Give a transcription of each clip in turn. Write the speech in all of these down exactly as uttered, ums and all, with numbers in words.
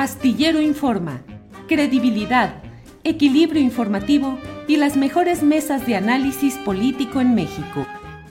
Astillero Informa, credibilidad, equilibrio informativo y las mejores mesas de análisis político en México.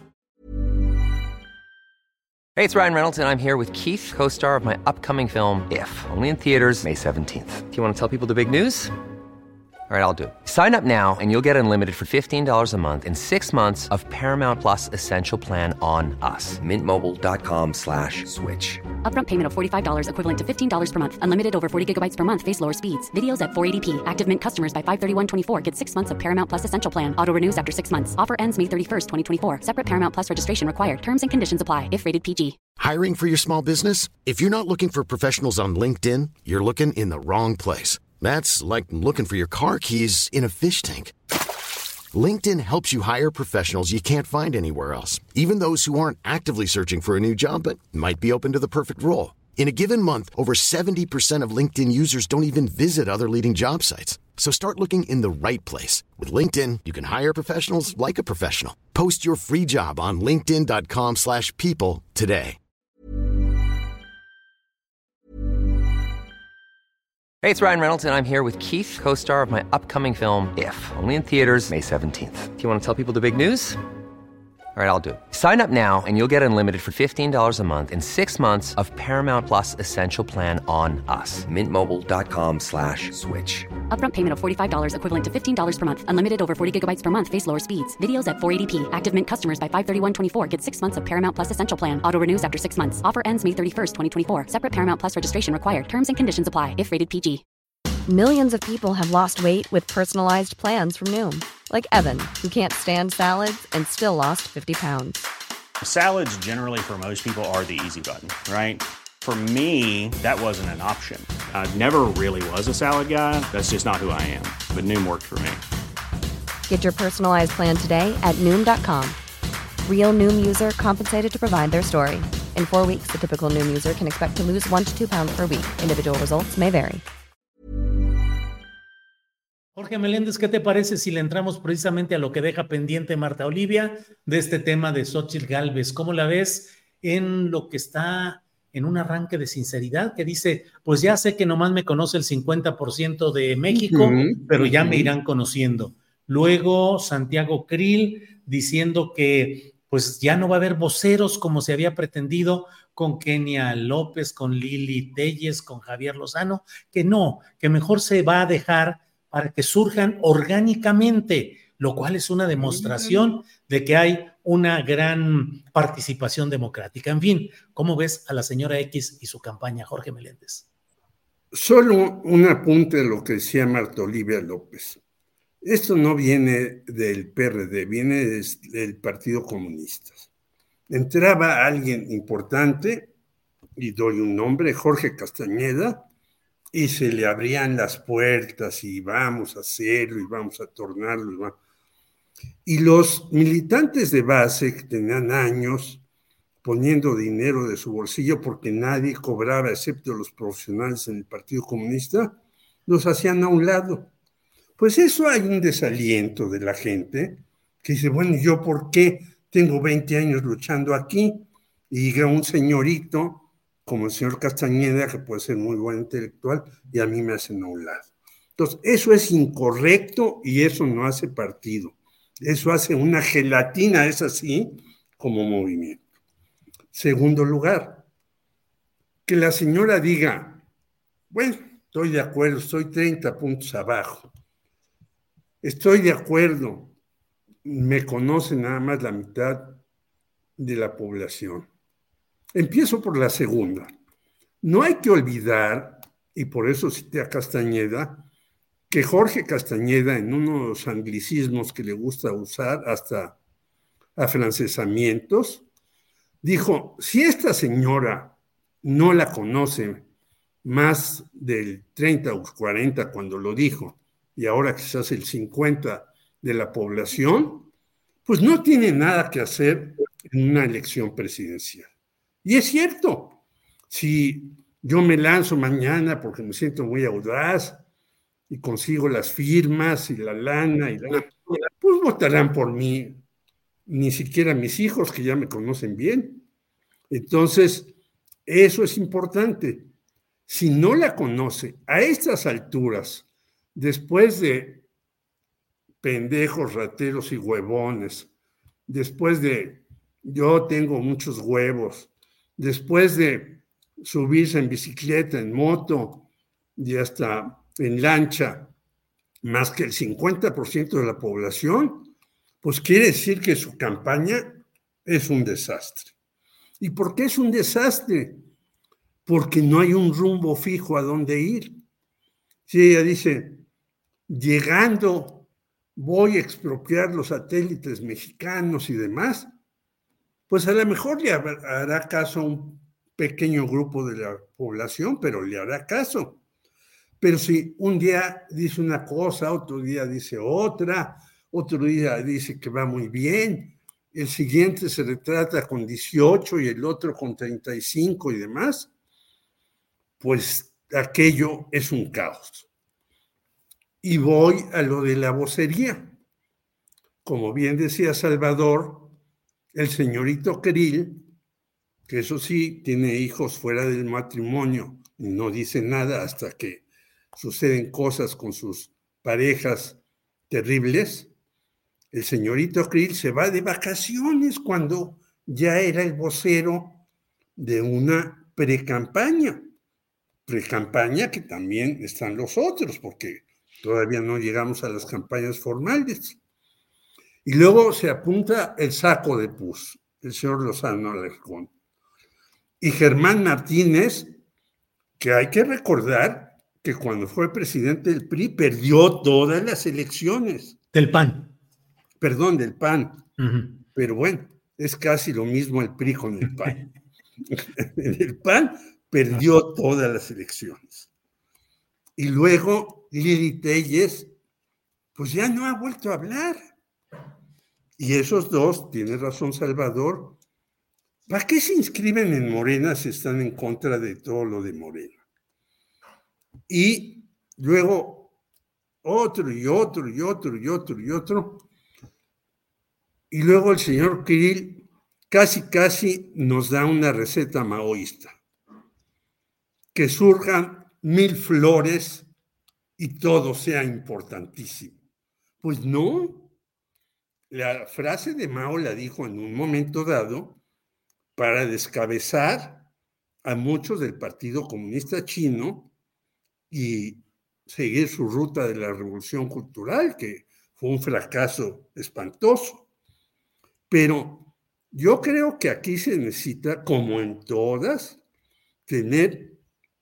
Hey, it's Ryan Reynolds, and I'm here with Keith, co-star of my upcoming film, If, only in theaters May seventeenth. Do you want to tell people the big news? All right, I'll do it. Sign up now and you'll get unlimited for fifteen dollars a month and six months of Paramount Plus Essential Plan on us. Mint Mobile dot com slash switch. Upfront payment of forty-five dollars equivalent to fifteen dollars per month. Unlimited over forty gigabytes per month. Face lower speeds. Videos at four eighty p. Active Mint customers by five thirty-one twenty-four get six months of Paramount Plus Essential Plan. Auto renews after six months. Offer ends May thirty-first, twenty twenty-four. Separate Paramount Plus registration required. Terms and conditions apply if rated P G. Hiring for your small business? If you're not looking for professionals on LinkedIn, you're looking in the wrong place. That's like looking for your car keys in a fish tank. LinkedIn helps you hire professionals you can't find anywhere else, even those who aren't actively searching for a new job but might be open to the perfect role. In a given month, over seventy percent of LinkedIn users don't even visit other leading job sites. So start looking in the right place. With LinkedIn, you can hire professionals like a professional. Post your free job on linkedin dot com slash people today. Hey, it's Ryan Reynolds, and I'm here with Keith, co-star of my upcoming film, If, only in theaters May seventeenth. Do you want to tell people the big news? All right, I'll do it. Sign up now and you'll get unlimited for fifteen dollars a month and six months of Paramount Plus Essential Plan on us. Mint Mobile dot com slash switch. Upfront payment of forty-five dollars equivalent to fifteen dollars per month. Unlimited over forty gigabytes per month. Face lower speeds. Videos at four eighty p. Active Mint customers by five thirty-one twenty-four get six months of Paramount Plus Essential Plan. Auto renews after six months. Offer ends May thirty-first, twenty twenty-four. Separate Paramount Plus registration required. Terms and conditions apply if rated P G. Millions of people have lost weight with personalized plans from Noom. Like Evan, who can't stand salads and still lost fifty pounds. Salads generally for most people are the easy button, right? For me, that wasn't an option. I never really was a salad guy. That's just not who I am. But Noom worked for me. Get your personalized plan today at Noom dot com. Real Noom user compensated to provide their story. In four weeks, the typical Noom user can expect to lose one to two pounds per week. Individual results may vary. Jorge Meléndez, ¿qué te parece si le entramos precisamente a lo que deja pendiente Marta Olivia de este tema de Xóchitl Gálvez? ¿Cómo la ves en lo que está en un arranque de sinceridad que dice, pues ya sé que nomás me conoce el cincuenta por ciento de México, uh-huh, pero ya uh-huh. me irán conociendo? Luego Santiago Krill diciendo que pues ya no va a haber voceros como se había pretendido con Kenia López, con Lili Telles, con Javier Lozano, que no, que mejor se va a dejar para que surjan orgánicamente, lo cual es una demostración de que hay una gran participación democrática. En fin, ¿cómo ves a la señora X y su campaña, Jorge Meléndez? Solo un apunte de lo que decía Marta Olivia López. Esto no viene del P R D, viene del Partido Comunista. Entraba alguien importante, y doy un nombre, Jorge Castañeda, y se le abrían las puertas y vamos a hacerlo y vamos a tornarlo. Y, vamos. y los militantes de base que tenían años poniendo dinero de su bolsillo porque nadie cobraba excepto los profesionales en el Partido Comunista, los hacían a un lado. Pues eso hay un desaliento de la gente que dice, bueno, ¿yo por qué tengo veinte años luchando aquí? Y llega un señorito como el señor Castañeda, que puede ser muy buen intelectual, y a mí me hacen a un lado. Entonces, eso es incorrecto y eso no hace partido. Eso hace una gelatina, es así, como movimiento. Segundo lugar, que la señora diga, bueno, estoy de acuerdo, estoy treinta puntos abajo. Estoy de acuerdo, me conoce nada más la mitad de la población. Empiezo por la segunda. No hay que olvidar, y por eso cité a Castañeda, que Jorge Castañeda, en uno de los anglicismos que le gusta usar, hasta afrancesamientos, dijo, si esta señora no la conoce más del treinta o cuarenta cuando lo dijo, y ahora quizás el cincuenta de la población, pues no tiene nada que hacer en una elección presidencial. Y es cierto, si yo me lanzo mañana porque me siento muy audaz y consigo las firmas y la lana, y la, pues votarán por mí, ni siquiera mis hijos que ya me conocen bien. Entonces, eso es importante. si no la conoce a estas alturas, después de pendejos, rateros y huevones, después de yo tengo muchos huevos, después de subirse en bicicleta, en moto y hasta en lancha, más que el cincuenta por ciento de la población, pues quiere decir que su campaña es un desastre. ¿Y por qué es un desastre? Porque no hay un rumbo fijo a dónde ir. Si ella dice, llegando, voy a expropiar los satélites mexicanos y demás, pues a lo mejor le hará caso a un pequeño grupo de la población, pero le hará caso. Pero si un día dice una cosa, otro día dice otra, otro día dice que va muy bien, el siguiente se retrata con dieciocho y el otro con treinta y cinco y demás, pues aquello es un caos. Y voy a lo de la vocería. Como bien decía Salvador, el señorito Kirill, que eso sí, tiene hijos fuera del matrimonio y no dice nada hasta que suceden cosas con sus parejas terribles, el señorito Kirill se va de vacaciones cuando ya era el vocero de una precampaña. Precampaña que también están los otros, porque todavía no llegamos a las campañas formales. Y luego se apunta el saco de pus, el señor Lozano Alarcón. Y Germán Martínez, que hay que recordar que cuando fue presidente del P R I perdió todas las elecciones. Del P A N. Perdón, del P A N. Uh-huh. Pero bueno, es casi lo mismo el P R I con el P A N. El P A N perdió todas las elecciones. Y luego Lili Telles, pues ya no ha vuelto a hablar. Y esos dos, tiene razón Salvador, ¿para qué se inscriben en Morena si están en contra de todo lo de Morena? Y luego otro y otro y otro y otro y otro. Y luego el señor Kirill casi casi nos da una receta maoísta. Que surjan mil flores y todo sea importantísimo. Pues no. La frase de Mao la dijo en un momento dado para descabezar a muchos del Partido Comunista Chino y seguir su ruta de la revolución cultural, que fue un fracaso espantoso. Pero yo creo que aquí se necesita, como en todas, tener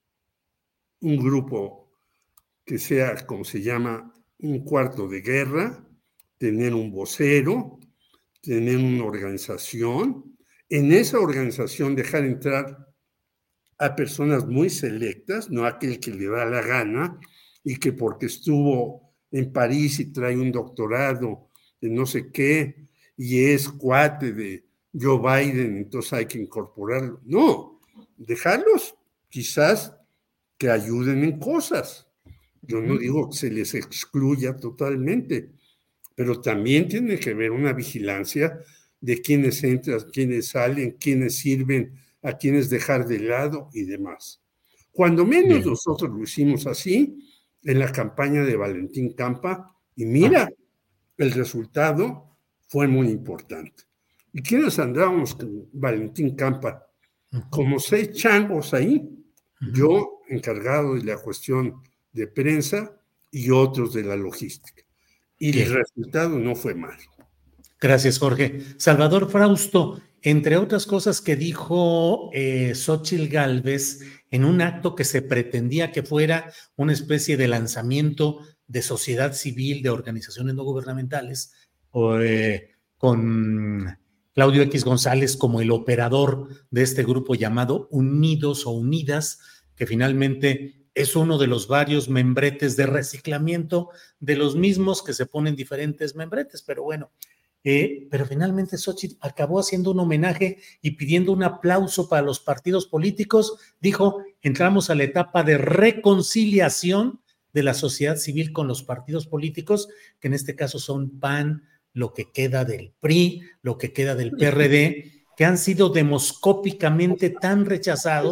un grupo que sea, como se llama, un cuarto de guerra, tener un vocero, tener una organización, en esa organización dejar entrar a personas muy selectas, no aquel que le da la gana y que porque estuvo en París y trae un doctorado de no sé qué y es cuate de Joe Biden, entonces hay que incorporarlo. No, dejarlos quizás que ayuden en cosas. Yo no digo que se les excluya totalmente, pero también tiene que haber una vigilancia de quiénes entran, quiénes salen, quiénes sirven, a quiénes dejar de lado y demás. Cuando menos Bien. nosotros lo hicimos así en la campaña de Valentín Campa, y mira, el resultado fue muy importante. ¿Y quiénes andábamos con Valentín Campa? Como seis changos ahí, yo encargado de la cuestión de prensa y otros de la logística. Y Bien. el resultado no fue malo. Gracias, Jorge. Salvador Frausto, entre otras cosas que dijo eh, Xóchitl Gálvez en un acto que se pretendía que fuera una especie de lanzamiento de sociedad civil, de organizaciones no gubernamentales, o, eh, con Claudio X González como el operador de este grupo llamado Unidos o Unidas, que finalmente es uno de los varios membretes de reciclamiento de los mismos que se ponen diferentes membretes, pero bueno, eh, pero finalmente Xóchitl acabó haciendo un homenaje y pidiendo un aplauso para los partidos políticos. Dijo, entramos a la etapa de reconciliación de la sociedad civil con los partidos políticos, que en este caso son P A N, lo que queda del P R I, lo que queda del P R D, que han sido demoscópicamente tan rechazados,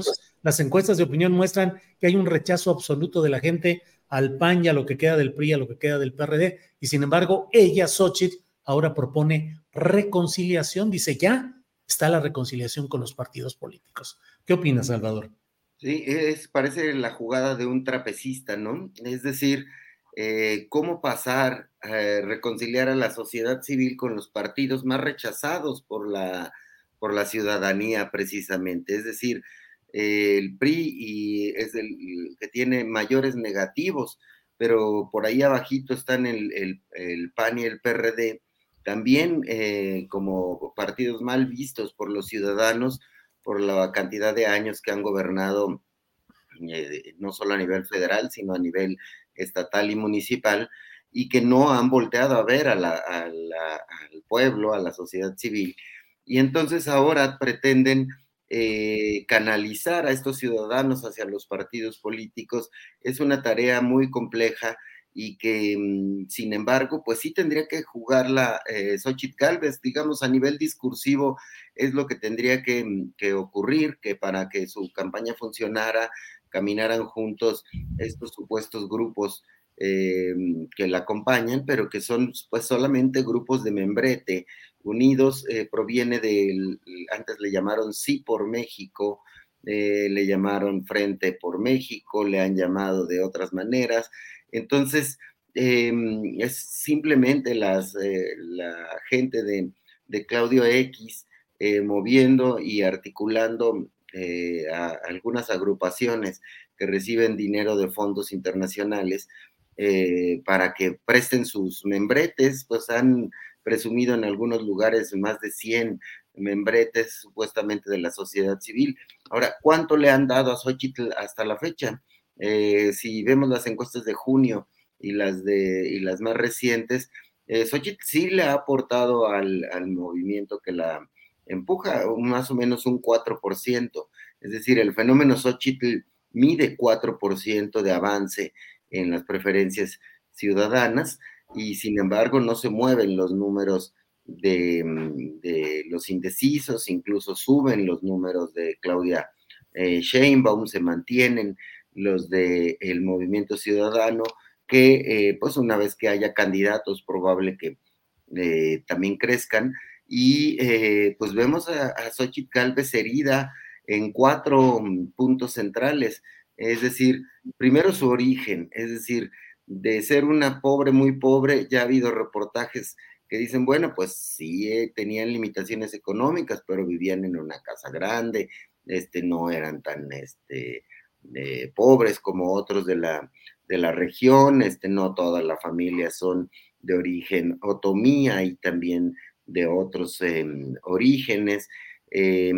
las encuestas de opinión muestran que hay un rechazo absoluto de la gente al P A N y a lo que queda del P R I, a lo que queda del P R D, y sin embargo, ella, Xóchitl, ahora propone reconciliación, dice ya está la reconciliación con los partidos políticos. ¿Qué opinas, Salvador? Sí, es, parece la jugada de un trapecista, ¿no? Es decir, eh, cómo pasar a eh, reconciliar a la sociedad civil con los partidos más rechazados por la, por la ciudadanía, precisamente. Es decir, eh, el P R I y es el, el que tiene mayores negativos, pero por ahí abajito están el, el, el P A N y el P R D, también eh, como partidos mal vistos por los ciudadanos, por la cantidad de años que han gobernado, eh, no solo a nivel federal, sino a nivel estatal y municipal, y que no han volteado a ver a la, a la, al pueblo, a la sociedad civil. Y entonces ahora pretenden eh, canalizar a estos ciudadanos hacia los partidos políticos. Es una tarea muy compleja y que, sin embargo, pues sí tendría que jugarla eh, Xóchitl Gálvez, digamos, a nivel discursivo, es lo que tendría que, que ocurrir, que para que su campaña funcionara, caminaran juntos estos supuestos grupos eh, que la acompañan, pero que son pues solamente grupos de membrete. Unidos eh, proviene del, antes le llamaron Sí por México, eh, le llamaron Frente por México, le han llamado de otras maneras. Entonces, eh, es simplemente las, eh, la gente de, de Claudio X eh, moviendo y articulando eh, a algunas agrupaciones que reciben dinero de fondos internacionales eh, para que presten sus membretes, pues han presumido en algunos lugares más de cien membretes supuestamente de la sociedad civil. Ahora, ¿cuánto le han dado a Xóchitl hasta la fecha? Eh, si vemos las encuestas de junio y las, de, y las más recientes, eh, Xóchitl sí le ha aportado al, al movimiento que la empuja más o menos un cuatro por ciento, es decir, el fenómeno Xóchitl mide cuatro por ciento de avance en las preferencias ciudadanas y sin embargo no se mueven los números de, de los indecisos, incluso suben los números de Claudia eh, Sheinbaum, se mantienen los del de Movimiento Ciudadano, que eh, pues una vez que haya candidatos probable que eh, también crezcan, y eh, pues vemos a, a Xóchitl Gálvez herida en cuatro puntos centrales, es decir, primero su origen, es decir, de ser una pobre, muy pobre, ya ha habido reportajes que dicen, bueno, pues sí, eh, tenían limitaciones económicas, pero vivían en una casa grande, este, no eran tan, este, Eh, pobres como otros de la, de la región, este, no toda la familia son de origen otomí y también de otros eh, orígenes. Eh,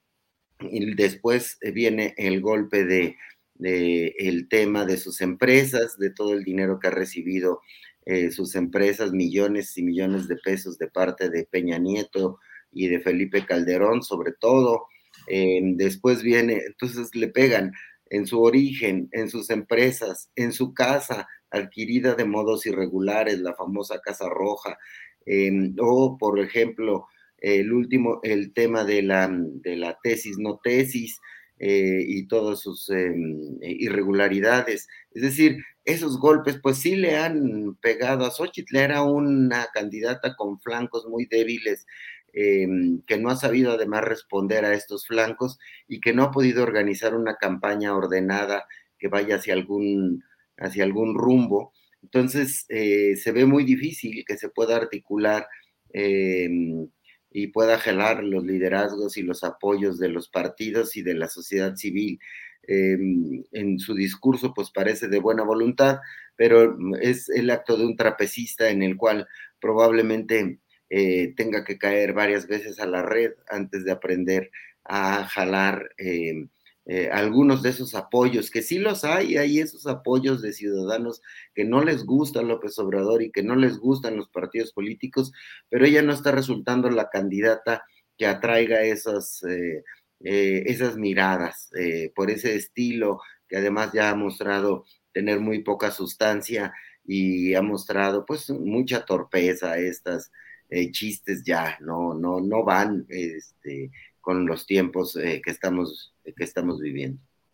y después viene el golpe de, de el tema de sus empresas, de todo el dinero que ha recibido eh, sus empresas, millones y millones de pesos de parte de Peña Nieto y de Felipe Calderón, sobre todo. Eh, después viene, entonces le pegan en su origen, en sus empresas, en su casa adquirida de modos irregulares, la famosa Casa Roja, eh, o por ejemplo, el último, el tema de la, de la tesis no tesis eh, y todas sus eh, irregularidades. Es decir, esos golpes pues sí le han pegado a Xóchitl, era una candidata con flancos muy débiles, Eh, que no ha sabido además responder a estos flancos y que no ha podido organizar una campaña ordenada que vaya hacia algún, hacia algún rumbo. Entonces eh, se ve muy difícil que se pueda articular eh, y pueda jalar los liderazgos y los apoyos de los partidos y de la sociedad civil. Eh, en su discurso pues parece de buena voluntad, pero es el acto de un trapecista en el cual probablemente Eh, tenga que caer varias veces a la red antes de aprender a jalar eh, eh, algunos de esos apoyos, que sí los hay, hay esos apoyos de ciudadanos que no les gusta López Obrador y que no les gustan los partidos políticos, pero ella no está resultando la candidata que atraiga esas, eh, eh, esas miradas, eh, por ese estilo que además ya ha mostrado tener muy poca sustancia y ha mostrado pues mucha torpeza. Estas Eh, chistes ya no, no, no van este, con los tiempos eh, que, estamos, que estamos viviendo.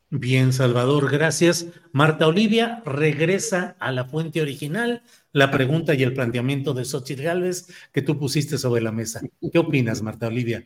Bien, Salvador, gracias. Marta Olivia, regresa a la fuente original, la pregunta y el planteamiento de Xóchitl Gálvez que tú pusiste sobre la mesa. ¿Qué opinas, Marta Olivia?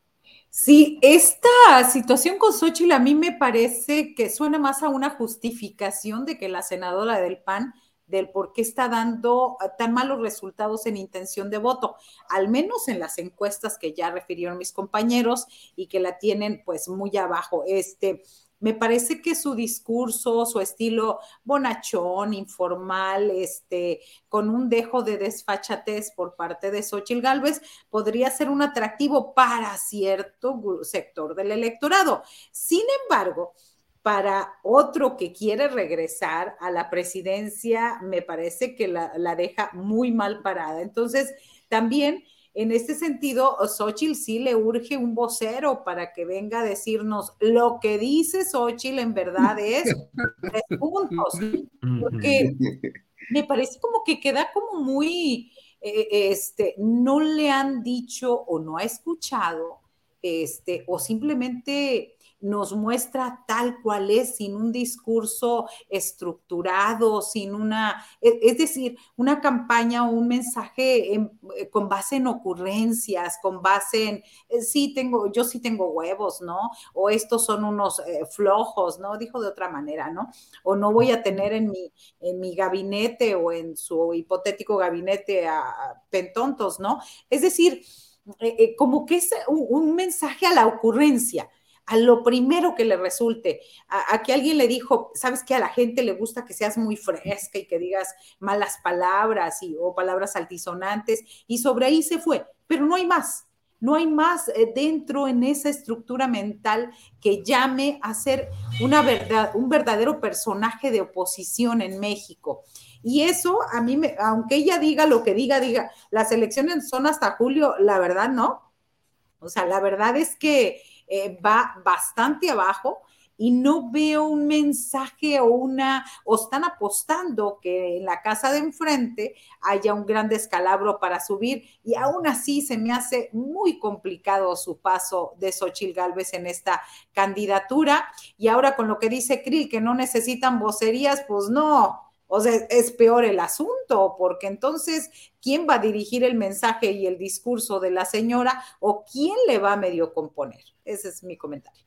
Sí, esta situación con Xóchitl a mí me parece que suena más a una justificación de que la senadora del P A N del por qué está dando tan malos resultados en intención de voto, al menos en las encuestas que ya refirieron mis compañeros y que la tienen pues muy abajo. Este, me parece que su discurso, su estilo bonachón, informal, este, con un dejo de desfachatez por parte de Xóchitl Gálvez, podría ser un atractivo para cierto sector del electorado. Sin embargo, para otro que quiere regresar a la presidencia, me parece que la, la deja muy mal parada. Entonces, también en este sentido, Xóchitl sí le urge un vocero para que venga a decirnos lo que dice Xóchitl en verdad es tres puntos. Porque me parece como que queda como muy, eh, este, no le han dicho o no ha escuchado, este, o simplemente nos muestra tal cual es, sin un discurso estructurado, sin una, es decir, una campaña o un mensaje en, con base en ocurrencias, con base en, eh, sí tengo, yo sí tengo huevos, ¿no? O estos son unos eh, flojos, ¿no? Dijo de otra manera, ¿no? O no voy a tener en mi, en mi gabinete o en su hipotético gabinete a, a pentontos, ¿no? Es decir, eh, eh, como que es un, un mensaje a la ocurrencia, a lo primero que le resulte, a, a que alguien le dijo, sabes que a la gente le gusta que seas muy fresca y que digas malas palabras y, o palabras altisonantes, y sobre ahí se fue, pero no hay más, no hay más eh, dentro en esa estructura mental que llame a ser una verdad, un verdadero personaje de oposición en México. Y eso a mí, me, aunque ella diga lo que diga, diga, las elecciones son hasta julio, la verdad no, o sea, la verdad es que Eh, va bastante abajo y no veo un mensaje o una, o están apostando que en la casa de enfrente haya un gran descalabro para subir, y aún así se me hace muy complicado su paso de Xóchitl Gálvez en esta candidatura. Y ahora con lo que dice Krill, que no necesitan vocerías, pues no. O sea, es peor el asunto, porque entonces, ¿quién va a dirigir el mensaje y el discurso de la señora o quién le va a medio componer? Ese es mi comentario.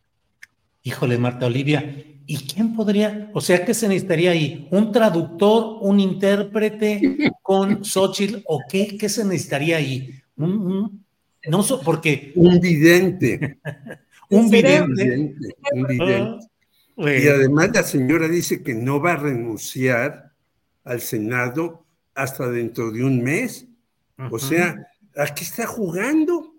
Híjole, Marta Olivia, ¿y quién podría? O sea, ¿qué se necesitaría ahí? ¿Un traductor, un intérprete con Xóchitl o qué? ¿Qué se necesitaría ahí? Un, un, no so, porque... Un vidente. un vidente. Un vidente. Un vidente. Bueno. Y además la señora dice que no va a renunciar al Senado hasta dentro de un mes. Uh-huh. O sea, ¿a qué está jugando?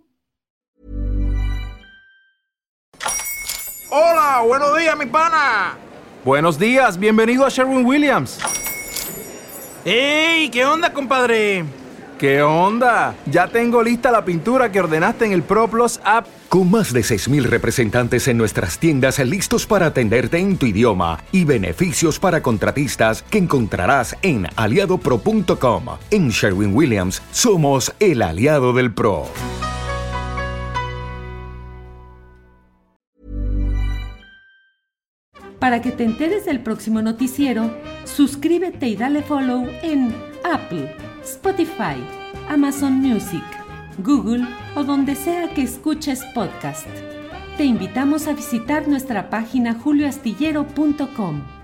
Hola, buenos días, mi pana. Buenos días, bienvenido a Sherwin-Williams. ¡Ey! ¿Qué onda, compadre? ¿Qué onda? Ya tengo lista la pintura que ordenaste en el ProPlus app. Con más de seis mil representantes en nuestras tiendas listos para atenderte en tu idioma y beneficios para contratistas que encontrarás en aliado pro punto com. En Sherwin-Williams somos el aliado del pro. Para que te enteres del próximo noticiero, suscríbete y dale follow en Apple, Spotify, Amazon Music, Google o donde sea que escuches podcast. Te invitamos a visitar nuestra página julio astillero punto com.